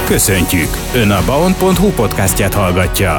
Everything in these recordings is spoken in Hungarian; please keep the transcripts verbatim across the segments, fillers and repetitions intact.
Köszöntjük! Ön a baon pont hu podcastját hallgatja.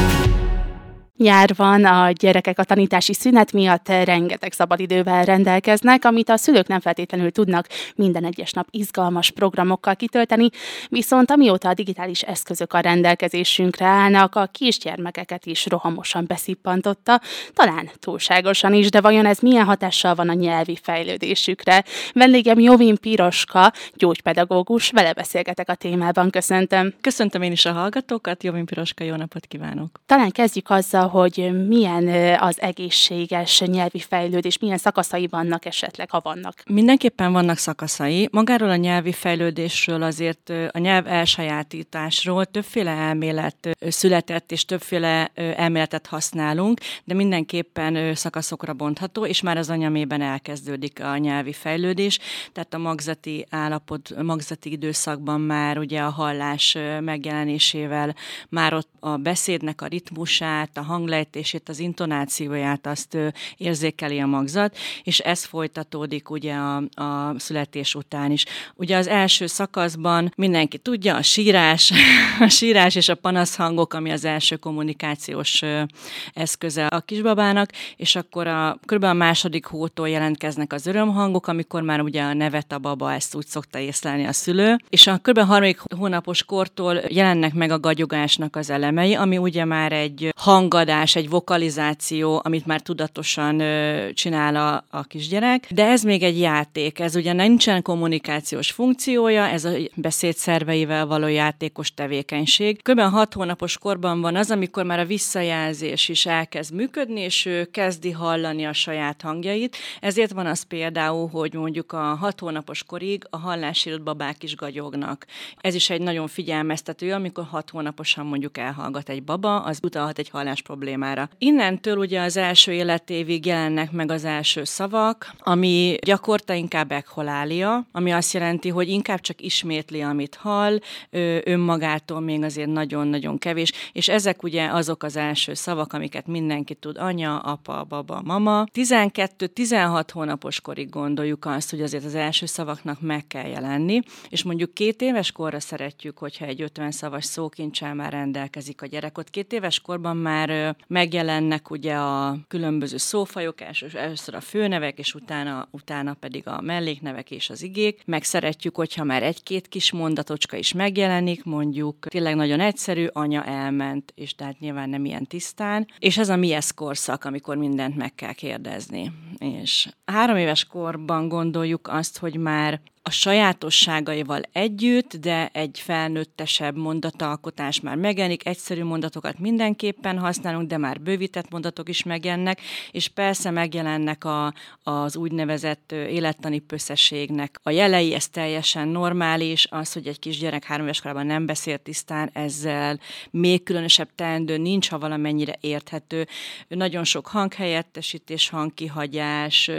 Nyár van, a gyerekek a tanítási szünet miatt rengeteg szabadidővel rendelkeznek, amit a szülők nem feltétlenül tudnak minden egyes nap izgalmas programokkal kitölteni, viszont amióta a digitális eszközök a rendelkezésünkre állnak, a kisgyermekeket is rohamosan beszippantotta, talán túlságosan is, de vajon ez milyen hatással van a nyelvi fejlődésükre? Vendégem Jovin Piroska, gyógypedagógus, vele beszélgetek a témában, köszöntöm. Köszöntöm én is a hallgatókat, Jovin Piroska, jó napot kívánok! Talán kezdjük azzal, hogy milyen az egészséges nyelvi fejlődés, milyen szakaszai vannak esetleg, ha vannak. Mindenképpen vannak szakaszai. Magáról a nyelvi fejlődésről azért a nyelv elsajátításról többféle elmélet született, és többféle elméletet használunk, de mindenképpen szakaszokra bontható, és már az anyamében elkezdődik a nyelvi fejlődés, tehát a magzati állapot, magzati időszakban már ugye a hallás megjelenésével már ott a beszédnek a ritmusát, a hanglejtését, az intonációját azt ö, érzékeli a magzat, és ez folytatódik ugye a, a születés után is. Ugye az első szakaszban mindenki tudja, a sírás, a sírás és a panaszhangok, ami az első kommunikációs ö, eszköze a kisbabának, és akkor a, kb. A második hótól jelentkeznek az örömhangok, amikor már ugye a nevet a baba, ezt úgy szokta észlelni a szülő, és a kb. A harmadik hónapos kortól jelennek meg a gagyogásnak az elemei, ami ugye már egy hangad egy vokalizáció, amit már tudatosan ö, csinál a, a kisgyerek, de ez még egy játék, ez ugye nincsen kommunikációs funkciója, ez a beszédszerveivel való játékos tevékenység. Kb. hat hónapos korban van az, amikor már a visszajelzés is elkezd működni, és ő kezdi hallani a saját hangjait, ezért van az például, hogy mondjuk a hat hónapos korig a hallássérült babák is gagyognak. Ez is egy nagyon figyelmeztető, amikor hat hónaposan mondjuk elhallgat egy baba, az utalhat egy hallás problémára. Innentől ugye az első életévig jelennek meg az első szavak, ami gyakorta inkább ekholália, ami azt jelenti, hogy inkább csak ismétli, amit hall, önmagától még azért nagyon-nagyon kevés, és ezek ugye azok az első szavak, amiket mindenki tud, anya, apa, baba, mama. tizenkettő-tizenhat hónapos korig gondoljuk azt, hogy azért az első szavaknak meg kell jelenni, és mondjuk két éves korra szeretjük, hogyha egy ötven szavas szókincsel már rendelkezik a gyerek. Ott két éves korban már megjelennek ugye a különböző szófajok, először a főnevek, és utána, utána pedig a melléknevek és az igék. Meg szeretjük, hogyha már egy-két kis mondatocska is megjelenik, mondjuk tényleg nagyon egyszerű, anya elment, és tehát nyilván nem ilyen tisztán. És ez a mi ez korszak, amikor mindent meg kell kérdezni. És három éves korban gondoljuk azt, hogy már a sajátosságaival együtt, de egy felnőttesebb mondatalkotás már megjelenik, egyszerű mondatokat mindenképpen használunk, de már bővített mondatok is megjelennek, és persze megjelennek a, az úgynevezett élettani pösszeségnek a jelei, ez teljesen normális, az, hogy egy kisgyerek három éves korában nem beszél tisztán, ezzel még különösebb teendő nincs, ha valamennyire érthető. Nagyon sok hanghelyettesítés, hangkihagyás,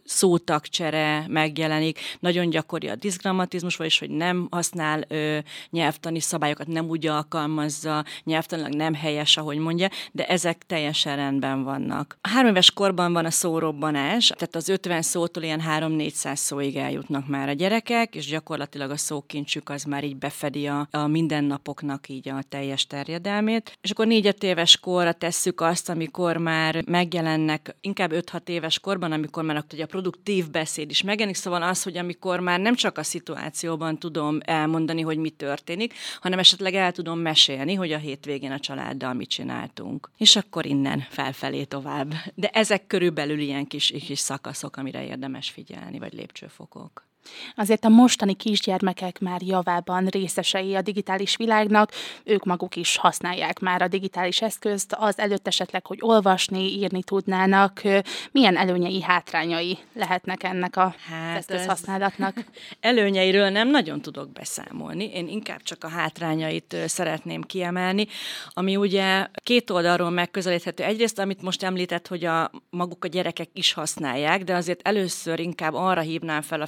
szótagcsere megjelenik, nagyon gyakori a diszgrammatizmus, vagyis hogy nem használ ö, nyelvtani szabályokat, nem úgy alkalmazza, nyelvtanilag nem helyes, ahogy mondja, de ezek teljesen rendben vannak. A három éves korban van a szórobbanás, tehát az ötven szótól ilyen három-négyszáz szóig eljutnak már a gyerekek, és gyakorlatilag a szókincsük az már így befedi a, a mindennapoknak így a teljes terjedelmét. És akkor négy-öt éves korra tesszük azt, amikor már megjelennek, inkább öt-hat éves korban, amikor már ugye a produktív beszéd is megjelenik, szóval az, hogy amikor már nem csak a szituációban tudom elmondani, hogy mi történik, hanem esetleg el tudom mesélni, hogy a hétvégén a családdal mit csináltunk. És akkor innen felfelé tovább. De ezek körülbelül ilyen kis, kis szakaszok, amire érdemes figyelni, vagy lépcsőfokok. Azért a mostani kisgyermekek már javában részesei a digitális világnak, ők maguk is használják már a digitális eszközt, az előtt esetleg, hogy olvasni, írni tudnának. Milyen előnyei, hátrányai lehetnek ennek a hát eszközhasználatnak? Előnyeiről nem nagyon tudok beszámolni, én inkább csak a hátrányait szeretném kiemelni, ami ugye két oldalról megközelíthető. Egyrészt, amit most említett, hogy a maguk a gyerekek is használják, de azért először inkább arra hívnám fel a figyelmet,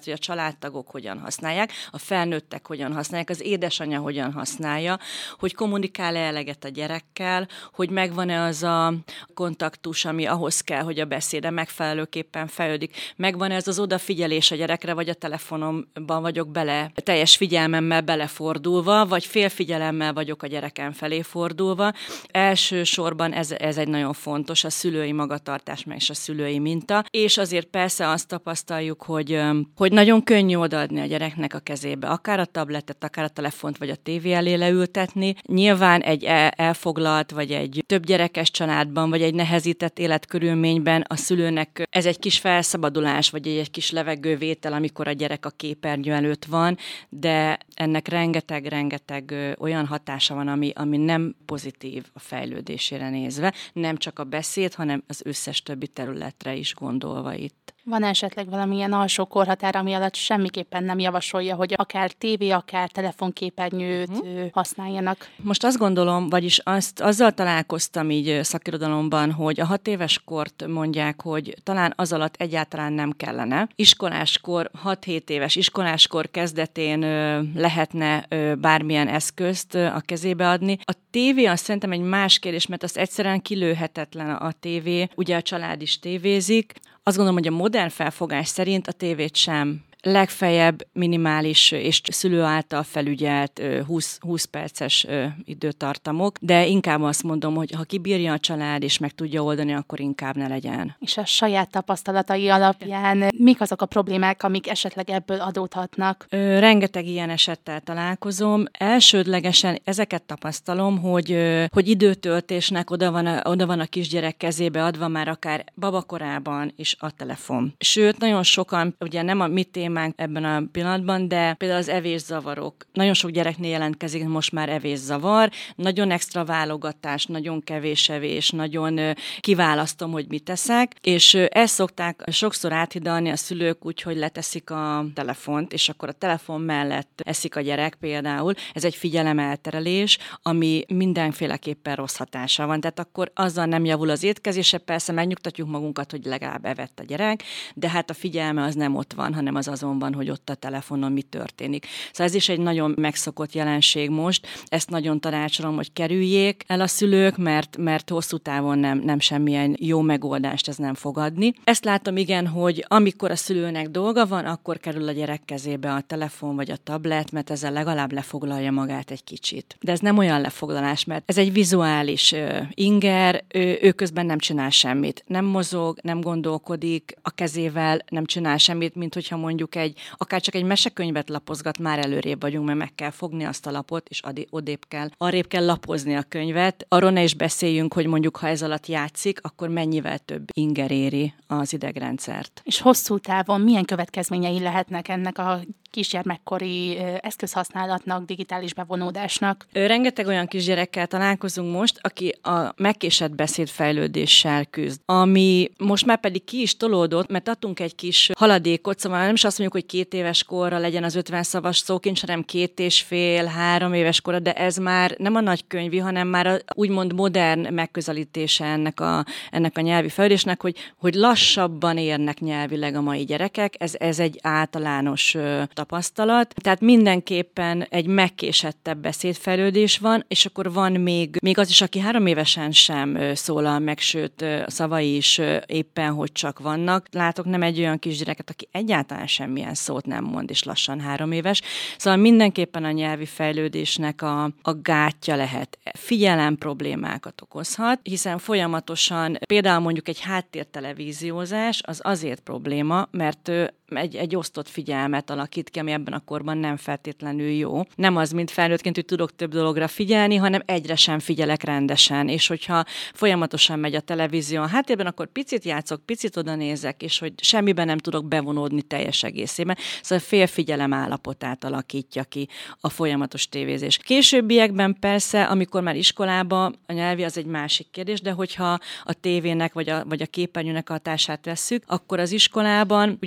hogy a családtagok hogyan használják, a felnőttek hogyan használják, az édesanyja hogyan használja, hogy kommunikál-e eleget a gyerekkel, hogy megvan-e az a kontaktus, ami ahhoz kell, hogy a beszéde megfelelőképpen fejlődik, megvan-e ez az odafigyelés a gyerekre, vagy a telefonomban vagyok bele, teljes figyelmemmel belefordulva, vagy félfigyelemmel vagyok a gyerekem felé fordulva. Elsősorban ez, ez egy nagyon fontos, a szülői magatartás, meg és a szülői minta, és azért persze azt tapasztaljuk, hogy, hogy nagyon könnyű odaadni a gyereknek a kezébe, akár a tabletet, akár a telefont, vagy a tévé elé leültetni. Nyilván egy elfoglalt, vagy egy több gyerekes családban, vagy egy nehezített életkörülményben a szülőnek ez egy kis felszabadulás, vagy egy, egy kis levegővétel, amikor a gyerek a képernyő előtt van, de ennek rengeteg-rengeteg olyan hatása van, ami, ami nem pozitív a fejlődésére nézve, nem csak a beszéd, hanem az összes többi területre is gondolva itt. Van esetleg valamilyen alsó korhatár, ami alatt semmiképpen nem javasolja, hogy akár tévé, akár telefonképernyőt uh-huh. használjanak? Most azt gondolom, vagyis azt, azzal találkoztam így szakirodalomban, hogy a hat éves kort mondják, hogy talán az alatt egyáltalán nem kellene. Iskoláskor, hat-hét éves iskoláskor kezdetén ö, lehetne ö, bármilyen eszközt ö, a kezébe adni. A tévé azt szerintem egy más kérdés, mert azt egyszerűen kilőhetetlen a tévé. Ugye a család is tévézik. Azt gondolom, hogy a modern felfogás szerint a tévét sem legfeljebb minimális és szülő által felügyelt húsz, húsz perces időtartamok, de inkább azt mondom, hogy ha kibírja a család és meg tudja oldani, akkor inkább ne legyen. És a saját tapasztalatai alapján mik azok a problémák, amik esetleg ebből adódhatnak? Ö, rengeteg ilyen esettel találkozom. Elsődlegesen ezeket tapasztalom, hogy, hogy időtöltésnek oda van, a, oda van a kisgyerek kezébe adva már akár babakorában is a telefon. Sőt, nagyon sokan, ugye nem a mi témánk ebben a pillanatban, de például az evészavarok. Nagyon sok gyereknél jelentkezik most már evészavar, nagyon extra válogatás, nagyon kevés evés, nagyon kiválasztom, hogy mit teszek, és ezt szokták sokszor áthidalni a szülők úgy, hogy leteszik a telefont, és akkor a telefon mellett eszik a gyerek például. Ez egy figyelemelterelés, ami mindenféleképpen rossz hatása van. Tehát akkor azzal nem javul az étkezése, persze megnyugtatjuk magunkat, hogy legalább evett a gyerek, de hát a figyelme az nem ott van, hanem az azon van, hogy ott a telefonon mi történik. Szóval ez is egy nagyon megszokott jelenség most. Ezt nagyon tanácsolom, hogy kerüljék el a szülők, mert, mert hosszú távon nem, nem semmilyen jó megoldást ez nem fogadni. Ezt látom, igen, hogy amikor a szülőnek dolga van, akkor kerül a gyerek kezébe a telefon vagy a tablet, mert ezzel legalább lefoglalja magát egy kicsit. De ez nem olyan lefoglalás, mert ez egy vizuális uh, inger, ő, ő közben nem csinál semmit. Nem mozog, nem gondolkodik, a kezével nem csinál semmit, mint hogyha mondjuk egy, akár csak egy mesekönyvet lapozgat, már előrébb vagyunk, mert meg kell fogni azt a lapot, és adé, odébb kell, arrébb kell lapozni a könyvet. Arról ne is beszéljünk, hogy mondjuk, ha ez alatt játszik, akkor mennyivel több inger éri az idegrendszert. És hosszú távon milyen következményei lehetnek ennek a kisgyermekkori eszközhasználatnak, digitális bevonódásnak? Rengeteg olyan kisgyerekkel találkozunk most, aki a megkésett beszédfejlődéssel küzd, ami most már pedig ki is tolódott, mert adtunk egy kis haladékot, szóval nem is azt mondjuk, hogy két éves korra legyen az ötven szavas szókincs, hanem két és fél, három éves korra, de ez már nem a nagykönyvi, hanem már a úgymond modern megközelítése ennek a, ennek a nyelvi fejlődésnek, hogy, hogy lassabban érnek nyelvileg a mai gyerekek, ez, ez egy általános tapasztalat. Tehát mindenképpen egy megkésettebb beszédfejlődés van, és akkor van még, még az is, aki három évesen sem szólal meg, sőt, a szavai is éppen, hogy csak vannak. Látok nem egy olyan kisgyereket, aki egyáltalán semmilyen szót nem mond, és lassan három éves. Szóval mindenképpen a nyelvi fejlődésnek a, a gátja lehet. Figyelem problémákat okozhat, hiszen folyamatosan például mondjuk egy háttértelevíziózás az azért probléma, mert egy, egy osztott figyelmet alakít ki, ami ebben a korban nem feltétlenül jó. Nem az, mint felnőttként, hogy tudok több dologra figyelni, hanem egyre sem figyelek rendesen, és hogyha folyamatosan megy a televízió a háttérben, akkor picit játszok, picit oda nézek, és hogy semmiben nem tudok bevonódni teljes egészében. Szóval félfigyelem állapotát alakítja ki a folyamatos tévézés. Későbbiekben persze, amikor már iskolába, a nyelvi az egy másik kérdés, de hogyha a tévének vagy a, vagy a képernyőnek a hatását vesszük, akkor az iskolában ugye szokták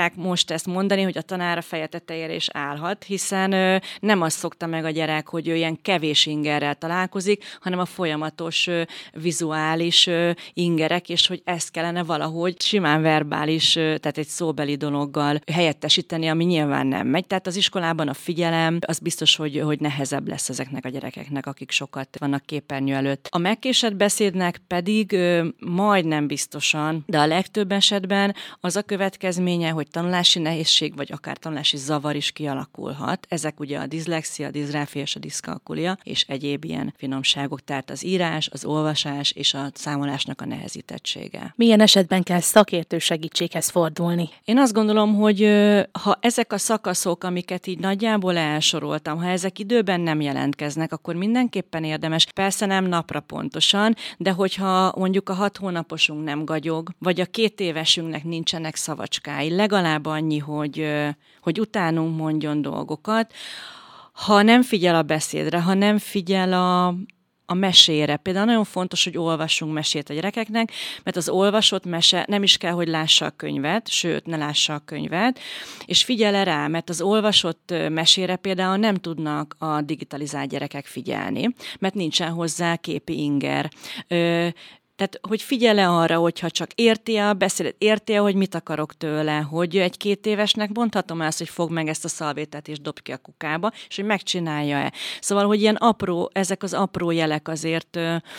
szokták most ezt mondani, hogy a tanár a feje tetejére is állhat, hiszen ö, nem azt szokta meg a gyerek, hogy ő ilyen kevés ingerrel találkozik, hanem a folyamatos ö, vizuális ö, ingerek, és hogy ezt kellene valahogy simán verbális, ö, tehát egy szóbeli dologgal helyettesíteni, ami nyilván nem megy. Tehát az iskolában a figyelem, az biztos, hogy, hogy nehezebb lesz ezeknek a gyerekeknek, akik sokat vannak képernyő előtt. A megkésett beszédnek pedig ö, majdnem biztosan, de a legtöbb esetben az a következménye, hogy tanulási nehézség, vagy akár tanulási zavar is kialakulhat. Ezek ugye a diszlexia, a diszgráfia és a diszkalkulia, és egyéb ilyen finomságok, tehát az írás, az olvasás és a számolásnak a nehezítettsége. Milyen esetben kell szakértő segítséghez fordulni? Én azt gondolom, hogy ha ezek a szakaszok, amiket így nagyjából elsoroltam, ha ezek időben nem jelentkeznek, akkor mindenképpen érdemes, persze nem napra pontosan, de hogyha mondjuk a hat hónaposunk nem gagyog, vagy a két évesünknek nincsenek szavacskái, legalább annyi, hogy, hogy utánunk mondjon dolgokat, ha nem figyel a beszédre, ha nem figyel a, a mesére. Például nagyon fontos, hogy olvassunk mesét a gyerekeknek, mert az olvasott mese nem is kell, hogy lássa a könyvet, sőt, ne lássa a könyvet, és figyel rá, mert az olvasott mesére például nem tudnak a digitalizált gyerekek figyelni, mert nincsen hozzá képi inger. Ö, Tehát, hogy figyel-e arra, hogyha csak érti-e a beszédet, érti-e, hogy mit akarok tőle, hogy egy két évesnek mondhatom azt, hogy fogd meg ezt a szalvétát és dobd ki a kukába, és hogy megcsinálja-e. Szóval, hogy ilyen apró, ezek az apró jelek azért...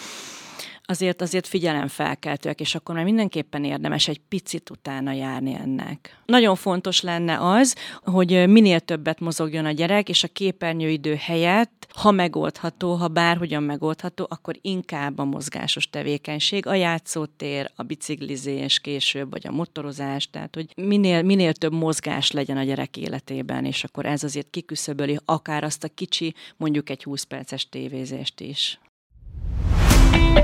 azért azért figyelemfelkeltőek, és akkor már mindenképpen érdemes egy picit utána járni ennek. Nagyon fontos lenne az, hogy minél többet mozogjon a gyerek, és a képernyőidő helyett, ha megoldható, ha bárhogyan megoldható, akkor inkább a mozgásos tevékenység, a játszótér, a biciklizés később, vagy a motorozás, tehát hogy minél, minél több mozgás legyen a gyerek életében, és akkor ez azért kiküszöböli akár azt a kicsi, mondjuk egy húsz perces tévézést is.